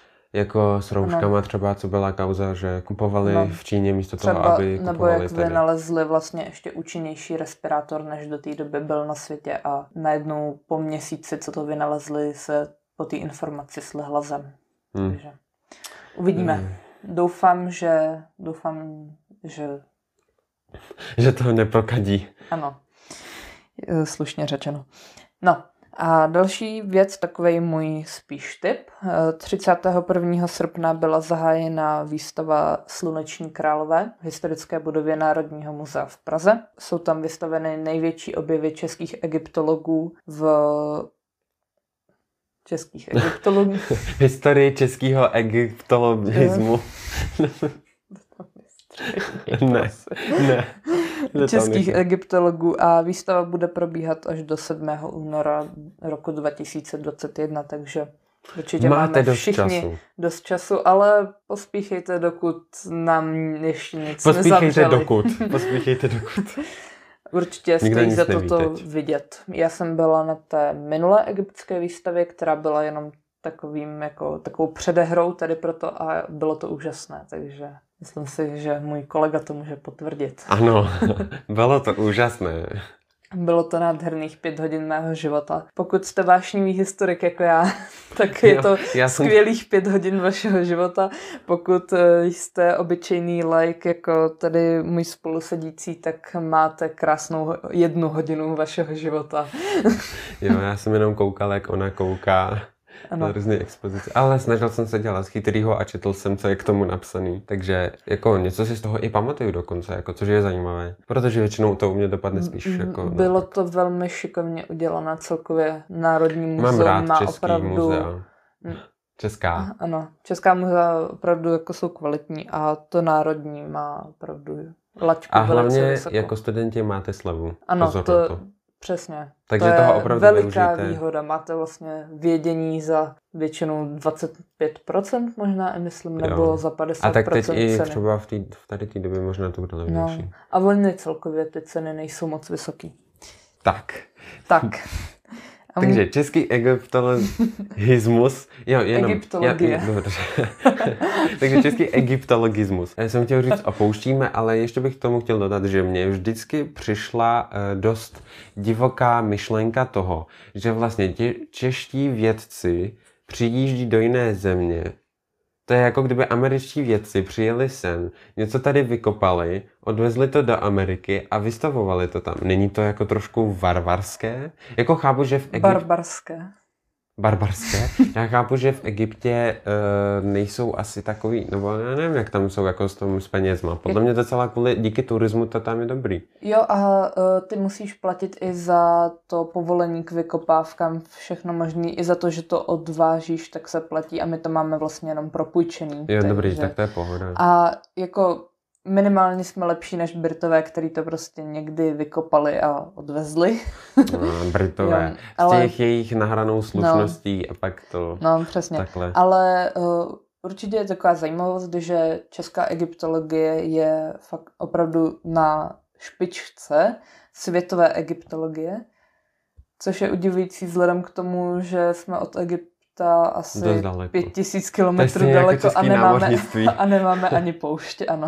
jako s rouškama no. třeba, co byla kauza, že kupovali no. v Číně místo třeba, toho, aby kupovali nebo jak tady. vynalezli vlastně ještě účinnější respirátor, než do té doby byl na světě a najednou po měsíci, co to vynalezli, se po té informaci slehla zem. Hmm. Takže uvidíme. Hmm. Doufám, že doufám, že že to neprokadí. Ano, slušně řečeno. No a další věc, takovej můj spíš tip. třicátého prvního srpna byla zahájena výstava Sluneční králové v historické budově Národního muzea v Praze. Jsou tam vystaveny největší objevy českých egyptologů v českých egyptologů. Historii českého egyptologismu. ne, ne. Českých egyptologů a výstava bude probíhat až do sedmého února roku dva tisíce dvacet jedna, takže určitě Máte máme dost všichni času. dost času, ale pospíchejte, dokud nám ještě nic Pospíchejte nezavřeli. dokud. Pospíchejte dokud. Určitě Nikdo stojí nic za neví to teď. vidět. Já jsem byla na té minulé egyptské výstavě, která byla jenom takovým, jako, takovou předehrou tady proto a bylo to úžasné, takže myslím si, že můj kolega to může potvrdit. Ano, bylo to úžasné. Bylo to nádherných pět hodin mého života. Pokud jste vášnivý historik jako já, tak je to já jsem... skvělých pět hodin vašeho života. Pokud jste obyčejný like jako tady můj spolusedící, tak máte krásnou jednu hodinu vašeho života. Jo, já jsem jenom koukal, jak ona kouká. Na různé expozice. Ale snažil jsem se dělat chytrýho a četl jsem, co je k tomu napsaný. Takže jako něco si z toho i pamatuju dokonce, jako, což je zajímavé. Protože většinou to u mě dopadne spíš jako... Bylo to velmi šikovně udělané celkově. Národní muzeum Mám rád má český opravdu... muzea. Česká. Ano, česká muzea opravdu jako jsou kvalitní a to národní má opravdu laťku a hlavně vysoko. jako studenti máte slevu. Ano, Pozor to, na to. Přesně. Takže to toho je opravdu veliká využijte. výhoda. Máte vlastně vědění za většinou dvacet pět procent možná, myslím, nebo Jo. za padesát procent A tak teď i ceny. třeba v, tý, v tady té době možná to bude levnější. No. A volně celkově ty ceny nejsou moc vysoký. Tak. Tak. Takže český egyptologismus. Jo, jenom. Egyptologie. Já, dobře. Takže český egyptologismus. Já jsem chtěl říct opouštíme, ale ještě bych k tomu chtěl dodat, že mně vždycky přišla uh, dost divoká myšlenka toho, že vlastně tě, čeští vědci přijíždí do jiné země. To je jako kdyby američtí vědci přijeli sem, něco tady vykopali, odvezli to do Ameriky a vystavovali to tam. Není to jako trošku varvarské? Jako chápu, že v Egyptě... Barbarské. Barbarské? Já chápu, že v Egyptě uh, nejsou asi takový, nebo já nevím, jak tam jsou jako s tom s penězma. Podle mě docela kvůli, díky turismu to tam je dobrý. Jo a uh, ty musíš platit i za to povolení k vykopávkám, všechno možný, i za to, že to odvážíš, tak se platí a my to máme vlastně jenom propůjčený. Jo, takže... dobrý, tak to je pohoda. A jako minimálně jsme lepší než Britové, který to prostě někdy vykopali a odvezli. No, Britové. Jo, ale... Z těch jejich nahranou slušností no. A pak to No, přesně. Takhle. Ale uh, určitě je taková zajímavost, že česká egyptologie je fakt opravdu na špičce světové egyptologie, což je udivující vzhledem k tomu, že jsme od Egypta asi pět tisíc kilometrů daleko jako a nemáme, a nemáme ani pouště, ano.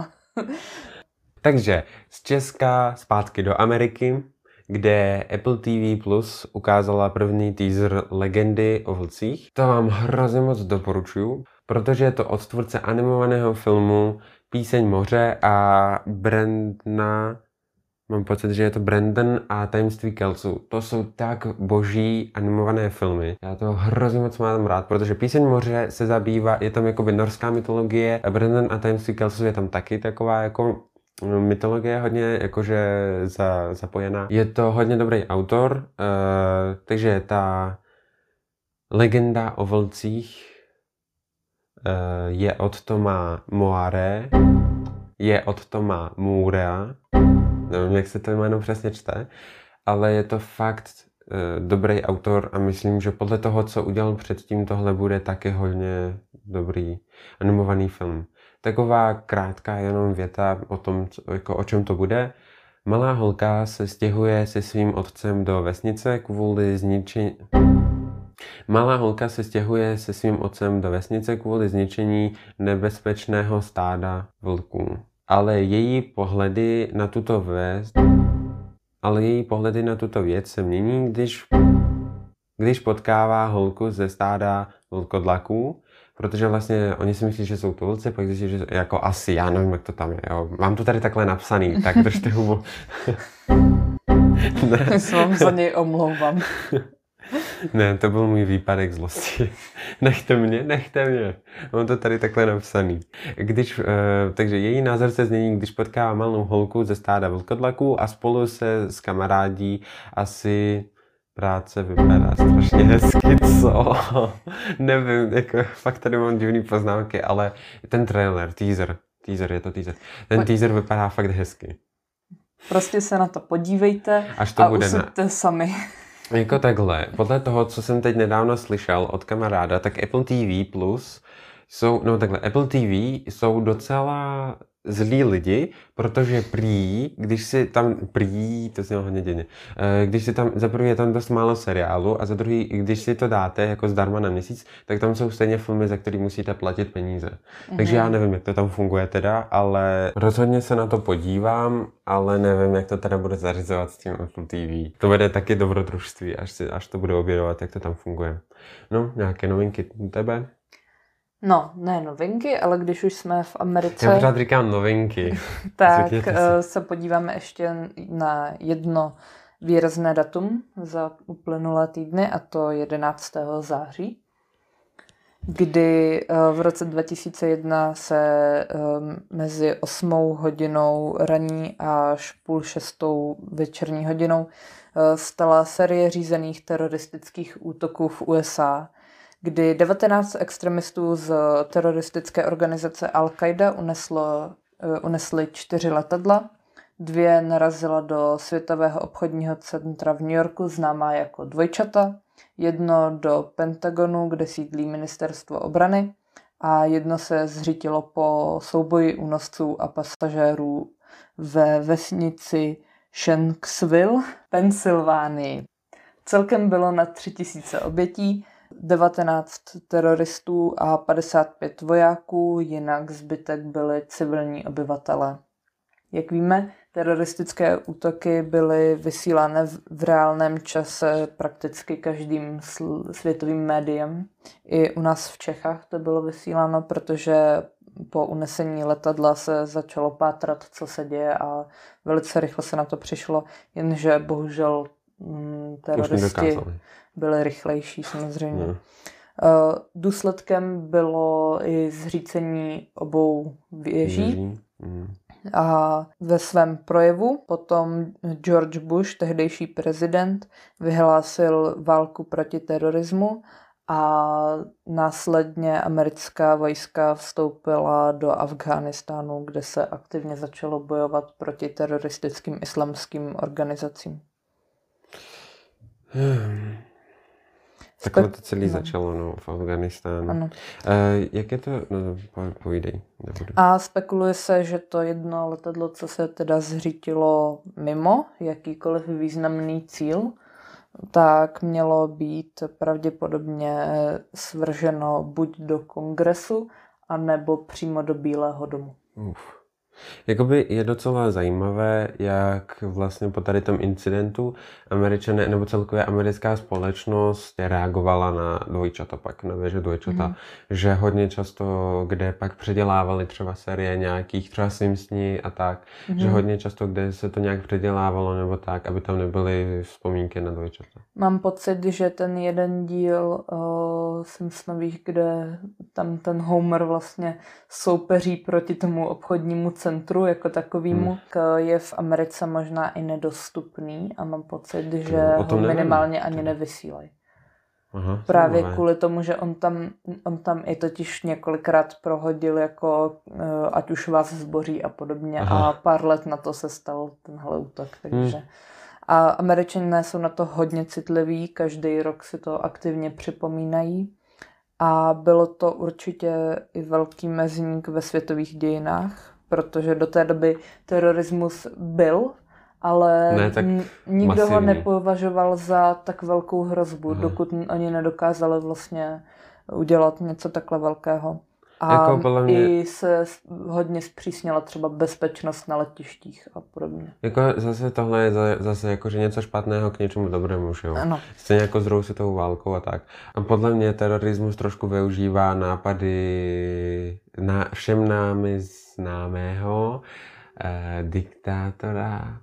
Takže z Česka zpátky do Ameriky, kde Apple T V Plus ukázala první teaser Legendy o vlcích. To vám hrozně moc doporučuju, protože je to od tvůrce animovaného filmu Píseň moře a Brandona, mám pocit, že je to Brandon a Tajemství Kelců. To jsou tak boží animované filmy. Já to hrozně moc mám rád, protože Píseň moře se zabývá, je tam jakoby norská mytologie a Brandon a Tajemství Kelců je tam taky taková jako mytologie hodně jakože za, zapojená. Je to hodně dobrý autor, uh, takže ta Legenda o vlcích uh, je od Toma Moare, je od Toma Moorea, nevím, jak se to jméno přesně čte, ale je to fakt uh, dobrý autor a myslím, že podle toho, co udělal předtím, tohle bude taky hodně dobrý animovaný film. Taková krátká jenom věta o tom, co, jako o čem to bude. Malá holka se stěhuje se svým otcem do vesnice kvůli zničení... Malá holka se stěhuje se svým otcem do vesnice kvůli zničení nebezpečného stáda vlků. Ale její pohledy na tuto věc... Ale její pohledy na tuto věc se mění, když... Když potkává holku ze stáda vlkodlaků. protože vlastně oni si myslí, že jsou tulci, pak zjistí, že jako asi, já nevím, jak to tam je, jo. Mám to tady takhle napsaný, tak držte hubu. Ne. Já se vám za něj omlouvám. Ne, to byl můj výpadek zlosti. Nechte mě, nechte mě. Mám to tady takhle napsaný. Když, uh, takže její názor se změní, když potkává malou holku ze stáda vlkodlaků a spolu se s kamarádí asi práce vypadá strašně hezky, co? Nevím, jako fakt tady mám divný poznámky, ale ten trailer, teaser, teaser, je to teaser. Ten Pojď. teaser vypadá fakt hezky. Prostě se na to podívejte Až to a bude usuďte na... sami. Jako takhle, podle toho, co jsem teď nedávno slyšel od kamaráda, tak Apple T V Plus jsou, no takhle, Apple T V jsou docela zlí lidi, protože prý, když si tam, prý, to znělo hodně divně, když si tam, za první je tam dost málo seriálu a za druhý, když si to dáte jako zdarma na měsíc, tak tam jsou stejně filmy, za který musíte platit peníze. Mm-hmm. Takže já nevím, jak to tam funguje teda, ale rozhodně se na to podívám, ale nevím, jak to teda bude zařizovat s tím Apple T V. To bude taky dobrodružství, až, si, až to budu objevovat, jak to tam funguje. No, nějaké novinky tebe? No, ne novinky, ale když už jsme v Americe... Já pořád říkám novinky. Tak se podíváme ještě na jedno výrazné datum za uplynulé týdny, a to jedenáctého září, kdy v roce dva tisíce jedna se mezi osmou hodinou ranní až půl šestou večerní hodinou stala série řízených teroristických útoků v U S A, kdy devatenáct extremistů z teroristické organizace Al-Qaida uneslo, unesli čtyři letadla. Dvě narazila do Světového obchodního centra v New Yorku, známá jako Dvojčata, jedno do Pentagonu, kde sídlí ministerstvo obrany, a jedno se zřítilo po souboji únosců a pasažérů ve vesnici Shanksville, Pensylvánii. Celkem bylo na tři tisíce obětí, devatenáct teroristů a padesát pět vojáků, jinak zbytek byli civilní obyvatelé. Jak víme, teroristické útoky byly vysílány v reálném čase prakticky každým světovým médiem. I u nás v Čechách to bylo vysíláno, protože po unesení letadla se začalo pátrat, co se děje, a velice rychle se na to přišlo, jenže bohužel mm, teroristi byli rychlejší samozřejmě. Hmm. Důsledkem bylo i zřícení obou věží. Hmm. A ve svém projevu potom George Bush, tehdejší prezident, vyhlásil válku proti terorismu a následně americká vojska vstoupila do Afghánistánu, kde se aktivně začalo bojovat proti teroristickým islamským organizacím. Hmm. Takhle to celé začalo, no, v Afghánistánu. Ano. E, jak je to? No, povídej. Nebudu. A spekuluje se, že to jedno letadlo, co se teda zřítilo mimo jakýkoliv významný cíl, tak mělo být pravděpodobně svrženo buď do Kongresu, anebo přímo do Bílého domu. Uf. Jakoby je docela zajímavé, jak vlastně po tady tom incidentu Američané, nebo celkově americká společnost reagovala na dvojčata, pak na věže dvojčata, mm. že hodně často, kde pak předělávali třeba série nějakých třeba Simpsoni a tak, mm. že hodně často, kde se to nějak předělávalo nebo tak, aby tam nebyly vzpomínky na dvojčata. Mám pocit, že ten jeden díl uh, Simpsonových, kde tam ten Homer vlastně soupeří proti tomu obchodnímu centru jako takovýmu, hmm. je v Americe možná i nedostupný a mám pocit, že ho minimálně nevím. ani nevysílají. Aha, Právě zajímavé. Kvůli tomu, že on tam, on tam i totiž několikrát prohodil jako ať už vás zboří a podobně. Aha. A pár let na to se stal tenhle útok. Takže. Hmm. A Američané jsou na to hodně citliví, každý rok si to aktivně připomínají. A bylo to určitě i velký mezník ve světových dějinách, protože do té doby terorismus byl, ale ne, tak nikdo masivní. ho nepovažoval za tak velkou hrozbu, Aha. dokud oni nedokázali vlastně udělat něco takhle velkého. A Jako podle mě- i se s- hodně zpřísnila třeba bezpečnost na letištích a podobně. Jako zase tohle je za- zase jako, že něco špatného k něčemu dobrému, že jo? Ano. Stejně jako s druhou světovou válkou a tak. A podle mě terorismus trošku využívá nápady na všem námi známého eh, diktátora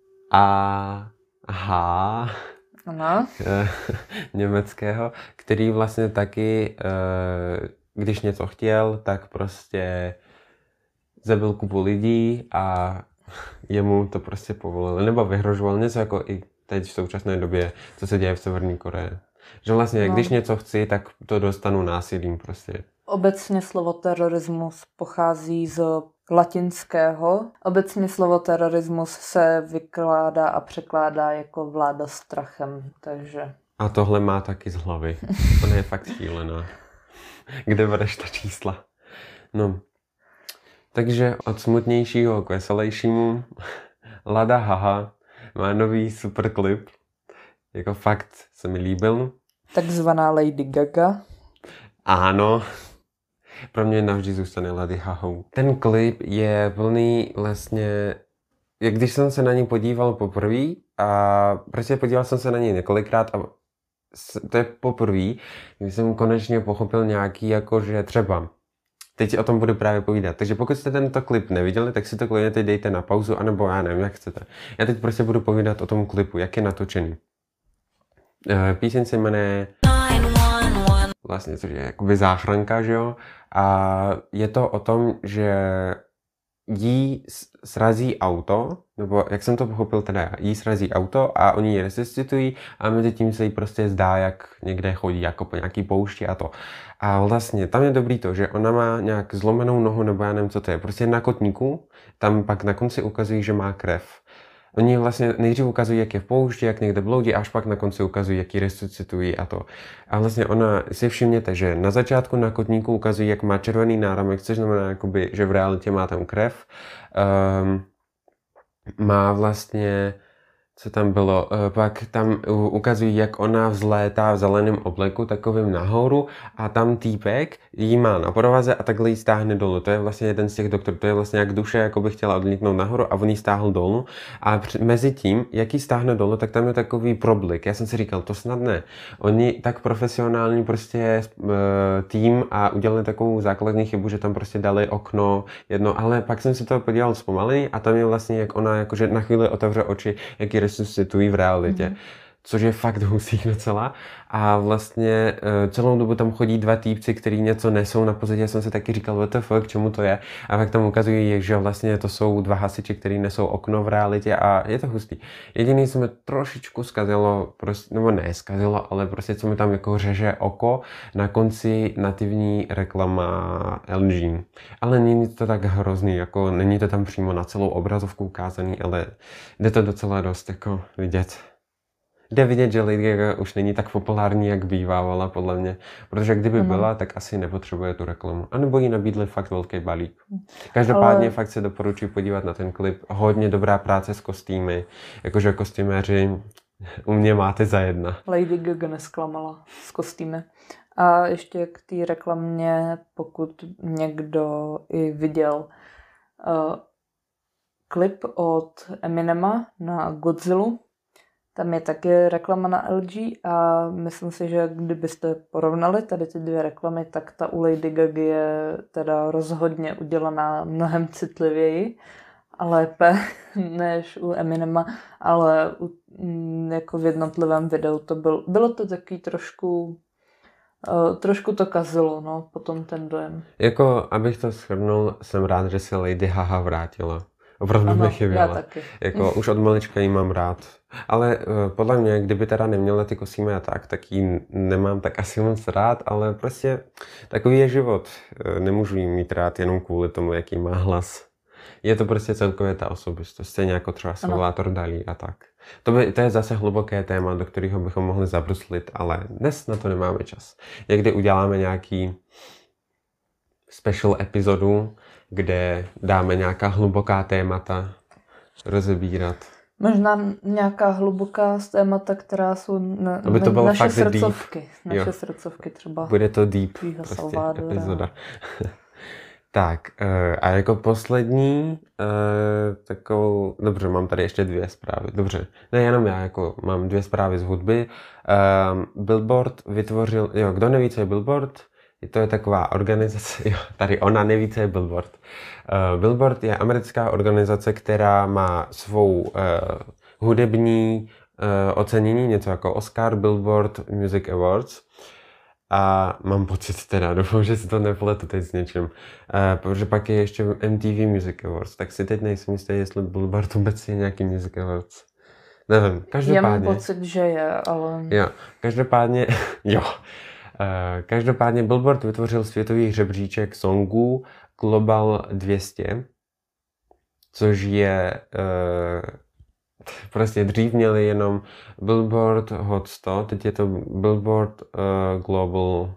a aha, Ano. eh, německého, který vlastně taky, eh, když něco chtěl, tak prostě zabil kupu lidí a jemu to prostě povolili. Nebo vyhrožoval něco jako i teď v současné době, co se děje v Severní Koreji. Že vlastně, No. když něco chci, tak to dostanu násilím prostě. Obecně slovo terorismus pochází z latinského. Obecně slovo terorismus se vykládá a překládá jako vláda strachem, takže A tohle má taky z hlavy. Ona je fakt šílená. Kde bereš ta čísla? No. Takže od smutnějšího k veselějšímu. Lada Haha má nový super klip. Jako fakt se mi líbil. takzvaná Lady Gaga. Ano. Pro mě navždy zůstane Lady Hahou. Ten klip je plný vlastně, jak když jsem se na něj podíval poprvé a prostě podíval jsem se na něj několikrát a s- to je poprvé, když jsem konečně pochopil nějaký jako, že třeba teď o tom budu právě povídat. Takže pokud jste tento klip neviděli, tak si to klidně teď dejte na pauzu, anebo já nevím, jak chcete. Já teď prostě budu povídat o tom klipu, jak je natočený. Eh, Píseň se jmenuje vlastně, což je jakoby záchranka, že jo? A je to o tom, že jí s- srazí auto, nebo jak jsem to pochopil teda já, jí srazí auto a oni ji resuscitují a mezi tím se jí prostě zdá, jak někde chodí jako po nějaký poušti a to. A vlastně tam je dobrý to, že ona má nějak zlomenou nohu, nebo já nevím, co to je, prostě na kotníku, tam pak na konci ukazují, že má krev. Oni vlastně nejdřív ukazují, jak je v poušti, jak někde bloudí, až pak na konci ukazují, jak ji resuscitují a to. A vlastně ona, si všimněte, že na začátku na kotníku ukazují, jak má červený náramek, což znamená, jakoby, že v realitě má tam krev. Um, má vlastně, co tam bylo, uh, pak tam u- ukazují, jak ona vzlétá v zeleném obleku takovým nahoru a tam týpek jí má na provaze a takhle jí stáhne dolů. To je vlastně jeden z těch doktorů, to je vlastně jak duše, jako by chtěla odlítnout nahoru a on jí stáhl dolů. A při- mezi tím, jak jí stáhne dolů, tak tam je takový problik. Já jsem si říkal, to snad ne. Oni tak profesionální prostě uh, tým a udělali takovou základní chybu, že tam prostě dali okno jedno, ale pak jsem si to podíval zpomalený a tam je vlastně, jak ona jakože na chvíli otevře oči, jak ji resuscitují v realitě. Mm-hmm. Což je fakt husí docela. A vlastně uh, celou dobu tam chodí dva týpci, kteří něco nesou na pozadí. Já jsem si taky říkal, what the fuck, k čemu to je. A pak tam ukazují, že vlastně to jsou dva hasiči, kteří nesou okno v realitě a je to hustý. Jediný, co mi trošičku zkazilo, prostě, nebo ne zkazilo, ale prostě co mi tam jako řeže oko, na konci nativní reklama L G. Ale není to tak hrozný, jako není to tam přímo na celou obrazovku ukázaný, ale jde to docela dost jako vidět. Jde vidět, že Lady Gaga už není tak populární, jak bývávala, podle mě. Protože kdyby Ano. byla, tak asi nepotřebuje tu reklamu. A nebo jí nabídli fakt velký balík. Každopádně Ale- fakt se doporučuji podívat na ten klip. Hodně dobrá práce s kostýmy. Jakože kostýméři u mě máte za jedna. Lady Gaga nesklamala s kostýmy. A ještě k té reklamě, pokud někdo i viděl uh, klip od Eminema na Godzillu, tam je taky reklama na L G a myslím si, že kdybyste porovnali tady ty dvě reklamy, tak ta u Lady Gagy je teda rozhodně udělaná mnohem citlivěji a lépe než u Eminema, ale u, mm, jako v jednotlivém videu to byl, bylo to takový trošku, uh, trošku to kazilo, no, potom ten dojem. Jako, abych to shrnul, jsem rád, že se Lady Haha vrátila. Opravdu mi Ano, já chyběla. taky. Jako už od malička jí mám rád. Ale uh, podle mě, kdyby teda neměla ty kostýmy a tak, tak ji nemám tak asi moc rád, ale prostě takový je život. Uh, nemůžu jí mít rád jenom kvůli tomu, jaký má hlas. Je to prostě celkově ta osobistost, stejně jako třeba Salvador Dalí a tak. To, by, to je zase hluboké téma, do kterého bychom mohli zabruslit, ale dnes na to nemáme čas. Někdy uděláme nějaký special epizodu, kde dáme nějaká hluboká témata rozebírat. Možná nějaká hluboká témata, která jsou na, Aby to na, bylo naše fakt deep. srdcovky. Naše Jo. srdcovky třeba. Bude to deep Tvýho prostě Salvadora. epizoda. Tak a jako poslední takovou, dobře, mám tady ještě dvě zprávy, dobře, ne jenom já, jako mám dvě zprávy z hudby. Billboard vytvořil, jo, kdo neví, co je Billboard? To je taková organizace, jo, tady ona neví, co je Billboard. Billboard je americká organizace, která má svou hudební ocenění, něco jako Oscar, Billboard Music Awards. A mám pocit teda, doufám, že si to nepletu teď s něčím, uh, protože pak je ještě M T V Music Awards, tak si teď nejsem jistý, jestli Billboard vůbec je nějaký Music Awards. Nevím, každopádně. Já mám pocit, že je, ale... Jo, každopádně, jo. Uh, každopádně Billboard vytvořil světový žebříček songů Global dvě stě, což je... Uh, Prostě dřív měli jenom Billboard Hot sto, teď je to Billboard uh, Global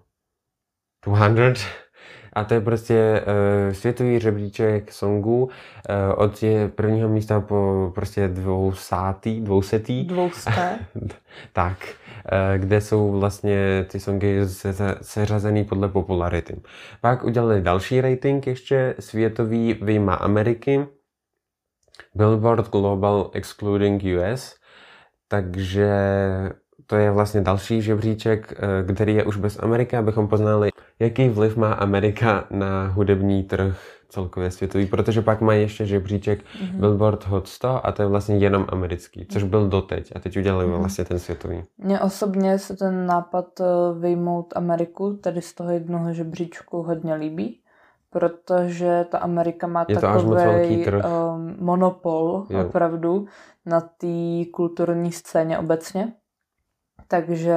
dvě stě a to je prostě uh, světový žebříček songů uh, od je prvního místa po prostě dvousátý, dvousetý. Dvousté. Tak, uh, kde jsou vlastně ty songy se, se, seřazený podle popularity. Pak udělali další rating ještě světový vyjma Ameriky, Billboard Global Excluding U S, takže to je vlastně další žebříček, který je už bez Ameriky, abychom poznali, jaký vliv má Amerika na hudební trh celkově světový, protože pak mají ještě žebříček mm-hmm. Billboard Hot sto a to je vlastně jenom americký, což byl doteď a teď udělali mm-hmm. vlastně ten světový. Mně osobně se ten nápad vyjmout Ameriku, tedy z toho jednoho žebříčku, hodně líbí. Protože ta Amerika má takový um, monopol jo. opravdu na té kulturní scéně obecně. Takže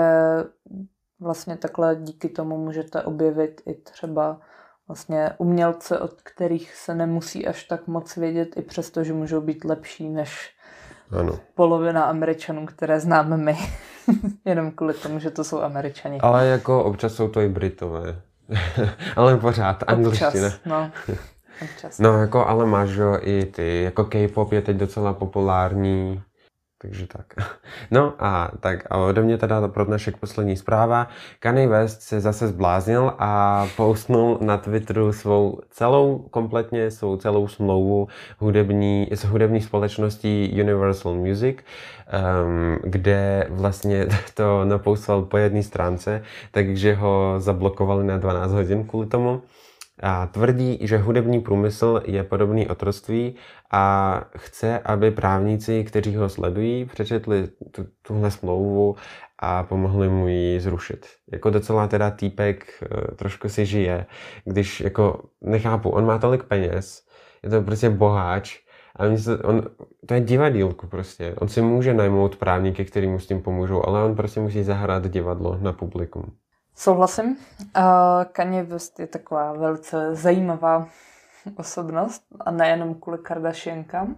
vlastně takhle díky tomu můžete objevit i třeba vlastně umělce, od kterých se nemusí až tak moc vědět, i přesto, že můžou být lepší než ano. polovina Američanů, které známe my. Jenom kvůli tomu, že to jsou Američani. Ale jako občas jsou to i Britové. Ale pořád, angličtina. Občas, no. Občas. No jako, ale máš jo i ty, jako K-pop je teď docela populární, takže tak. No a tak a ode mě teda pro dnešek poslední zpráva. Kanye West se zase zbláznil a postnul na Twitteru svou celou, kompletně svou celou smlouvu hudební, s hudební společností Universal Music, um, kde vlastně to napostoval po jedné stránce, takže ho zablokovali na dvanáct hodin kvůli tomu. A tvrdí, že hudební průmysl je podobný otroctví a chce, aby právníci, kteří ho sledují, přečetli tu, tuhle smlouvu a pomohli mu ji zrušit. Jako docela teda týpek trošku si žije, když jako nechápu, on má tolik peněz, je to prostě boháč a se, on, to je divadýlku prostě. On si může najmout právníky, kteří mu s tím pomůžou, ale on prostě musí zahrát divadlo na publikum. Souhlasím. Uh, Kanye West je taková velice zajímavá osobnost a nejenom kvůli Kardashiankám.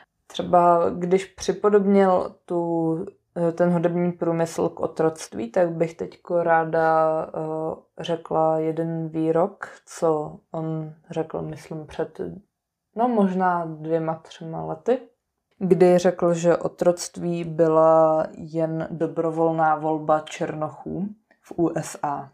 Třeba když připodobnil tu, ten hudební průmysl k otroctví, tak bych teďko ráda uh, řekla jeden výrok, co on řekl, myslím, před no možná dvěma, třema lety, kdy řekl, že otroctví byla jen dobrovolná volba černochů v U S A.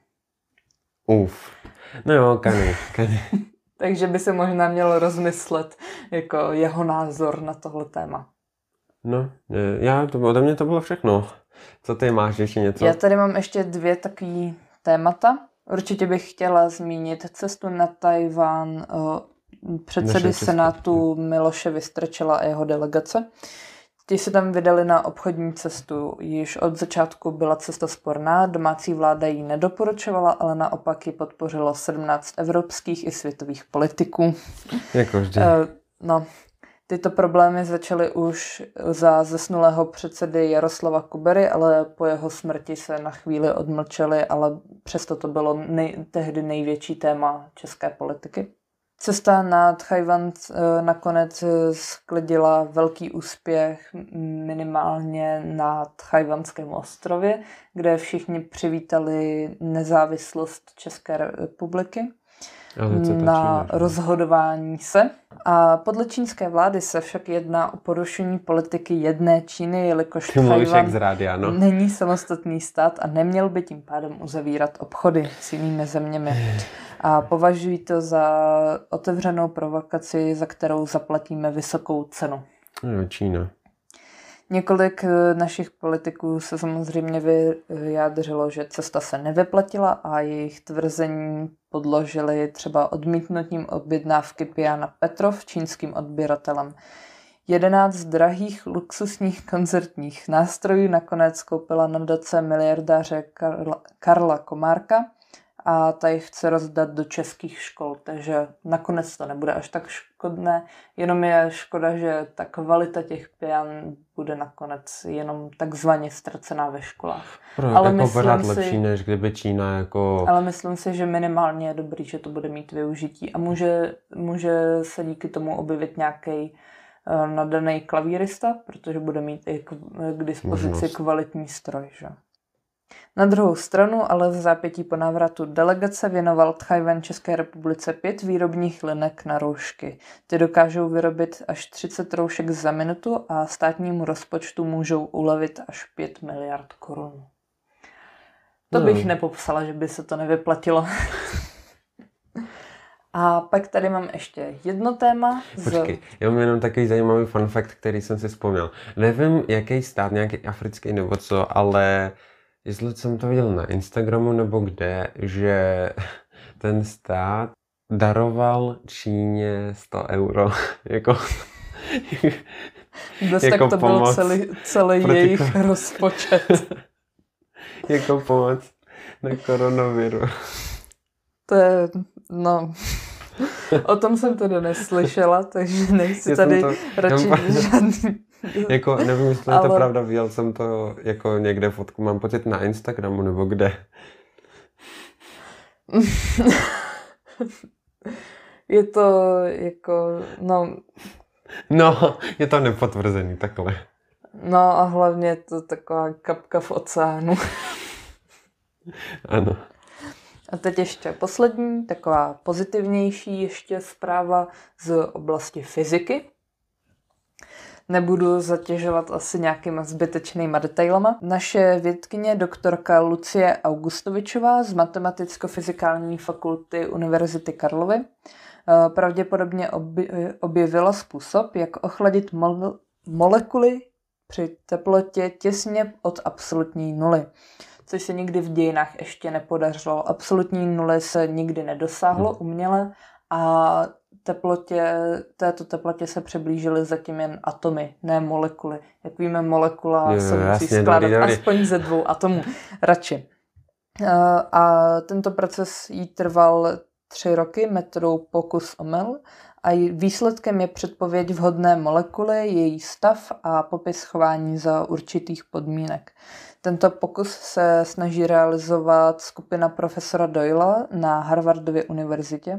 Uf. No jo, Kanye, Kanye. Takže by se možná mělo rozmyslet jako jeho názor na tohle téma. No, já, to, ode mě to bylo všechno. Co ty máš ještě něco? Já tady mám ještě dvě takové témata. Určitě bych chtěla zmínit cestu na Tajván předsedy Senátu Miloše Vystrčila a jeho delegace. Ti se tam vydali na obchodní cestu. Již od začátku byla cesta sporná, domácí vláda ji nedoporučovala, ale naopak ji podpořilo sedmnáct evropských i světových politiků. Jako vždy. No, tyto problémy začaly už za zesnulého předsedy Jaroslava Kubery, ale po jeho smrti se na chvíli odmlčely, ale přesto to bylo nej, tehdy největší téma české politiky. Cesta na Tchaj-wan nakonec sklidila velký úspěch minimálně na Tchaj-wanském ostrově, kde všichni přivítali nezávislost České republiky. Ale co ta na Čína, že? rozhodování se. A podle čínské vlády se však jedná o porušení politiky jedné Číny, jelikož Ty mluvíš jak Tchaj-wan z rádia, no. není samostatný stát a neměl by tím pádem uzavírat obchody s jinými zeměmi. A považují to za otevřenou provokaci, za kterou zaplatíme vysokou cenu. No, Čína. Několik našich politiků se samozřejmě vyjádřilo, že cesta se nevyplatila a jejich tvrzení podložili třeba odmítnutím objednávky Piana Petrov čínským odběratelem. Jedenáct drahých luxusních koncertních nástrojů nakonec koupila nadace miliardáře Karla, Karla Komárka a ta jich chce rozdat do českých škol, takže nakonec to nebude až tak škodné, jenom je škoda, že ta kvalita těch pian bude nakonec jenom takzvaně ztracená ve školách. Pro, ale jako pořád myslím lepší, si, než kdyby Čína jako... ale myslím si, že minimálně je dobrý, že to bude mít využití a může, může se díky tomu objevit nějaký uh, nadaný klavírista, protože bude mít i k, k dispozici Možnost. kvalitní stroj, že? Na druhou stranu, ale v zápětí po návratu delegace věnoval Tchaj-wan České republice pět výrobních linek na roušky. Ty dokážou vyrobit až třicet roušek za minutu a státnímu rozpočtu můžou ulevit až pět miliard korun. To No. bych nepopsala, že by se to nevyplatilo. A pak tady mám ještě jedno téma. Z... Počkej, já mám jenom takový zajímavý fun fact, který jsem si vzpomněl. Nevím, jaký stát, nějaký africký nebo co, ale jestli jsem to viděl na Instagramu nebo kde, že ten stát daroval Číně sto euro. jako, Dost jako tak to byl pomoc celý, celý proti jejich ko- rozpočet. jako pomoc na koronaviru. To je, no, o tom jsem teda neslyšela, takže nejsi Já jsem tady to- radši já- žádný... Jako, nevím, jestli je to Ale- pravda, viděl jsem to jako někde fotku, mám pocit na Instagramu nebo kde. Je to jako, no, No, je to nepotvrzený takhle. no a hlavně je to taková kapka v oceánu. Ano. A teď ještě poslední, taková pozitivnější ještě zpráva z oblasti fyziky. Nebudu zatěžovat asi nějakýma zbytečnýma detailama. Naše vědkyně doktorka Lucie Augustovičová z Matematicko-fyzikální fakulty Univerzity Karlovy eh, pravděpodobně obje- objevila způsob, jak ochladit mole- molekuly při teplotě těsně od absolutní nuly, což se nikdy v dějinách ještě nepodařilo. Absolutní nuly se nikdy nedosáhlo uměle a teplotě, této teplotě se přiblížily zatím jen atomy, ne molekuly. Jak víme, molekula Jo, se musí jasně, skládat dobrý, dobrý. aspoň ze dvou atomů, radši. Eh, A tento proces jí trval tři roky metodou pokus omyl a jí- výsledkem je předpověď vhodné molekuly, její stav a popis chování za určitých podmínek. Tento pokus se snaží realizovat skupina profesora Doyla na Harvardově univerzitě,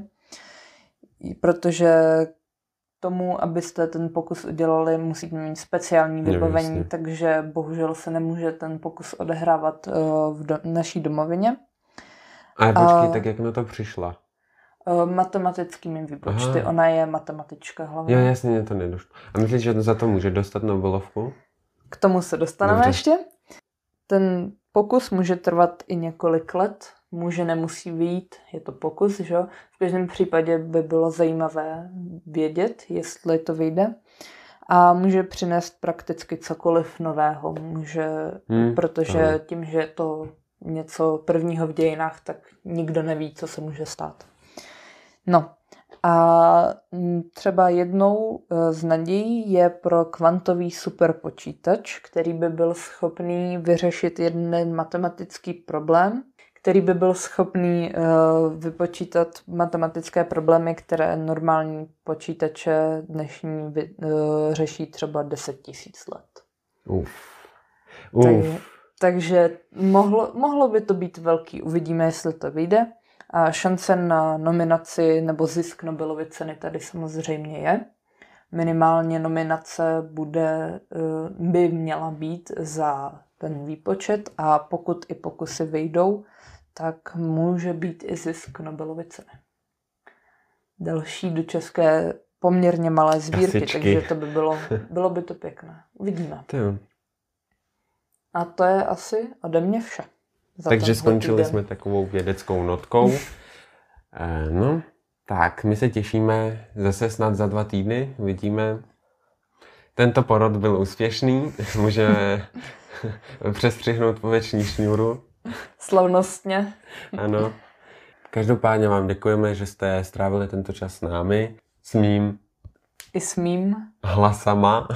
protože tomu, abyste ten pokus udělali, musíte mít speciální Jo, vybavení, jasně. takže bohužel se nemůže ten pokus odehrávat eh, v do, naší domovině. A počkej, A- tak jak na to přišla? Eh, Matematickými výpočty. Aha. Ona je matematička hlavně. Jo, jasně, mě to nedošlo. A myslíš, že za to může dostat Nobelovku? K tomu se dostaneme Dobře. ještě. Ten pokus může trvat i několik let, může nemusí vyjít, je to pokus, že jo? V každém případě by bylo zajímavé vědět, jestli to vyjde. A může přinést prakticky cokoliv nového, může, Hmm, protože ano. tím, že je to něco prvního v dějinách, tak nikdo neví, co se může stát. No a mm, třeba jednou e, z nadějí je pro kvantový superpočítač, který by byl schopný vyřešit jeden matematický problém, který by byl schopný e, vypočítat matematické problémy, které normální počítače dnešní vy, e, řeší třeba deset tisíc let. Uf. Tak, Uf. takže mohlo, mohlo by to být velký. Uvidíme, jestli to vyjde. A šance na nominaci nebo zisk Nobelovy ceny tady samozřejmě je. Minimálně nominace bude, by měla být za ten výpočet a pokud i pokusy vyjdou, tak může být i zisk Nobelovy ceny. další do české poměrně malé sbírky, Kasičky. takže to by bylo, bylo by to pěkné. Uvidíme. To jo. A to je asi ode mě vše. Za Takže tenhle skončili týden. jsme takovou vědeckou notkou. eh, no, tak my se těšíme zase snad za dva týdny. Uvidíme. Tento porod byl úspěšný. Můžeme přestřihnout pověční šňůru. Slavnostně. Ano. Každopádně vám děkujeme, že jste strávili tento čas s námi. S mým I s mým. hlasama.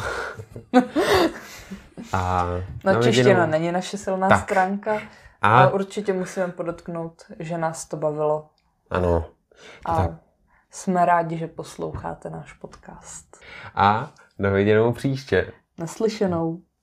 A No, na čeština viděnou. není naše silná Tak. stránka, A ale určitě musíme podotknout, že nás to bavilo. ano. A Tak. jsme rádi, že posloucháte náš podcast. A do viděnou příště. Naslyšenou.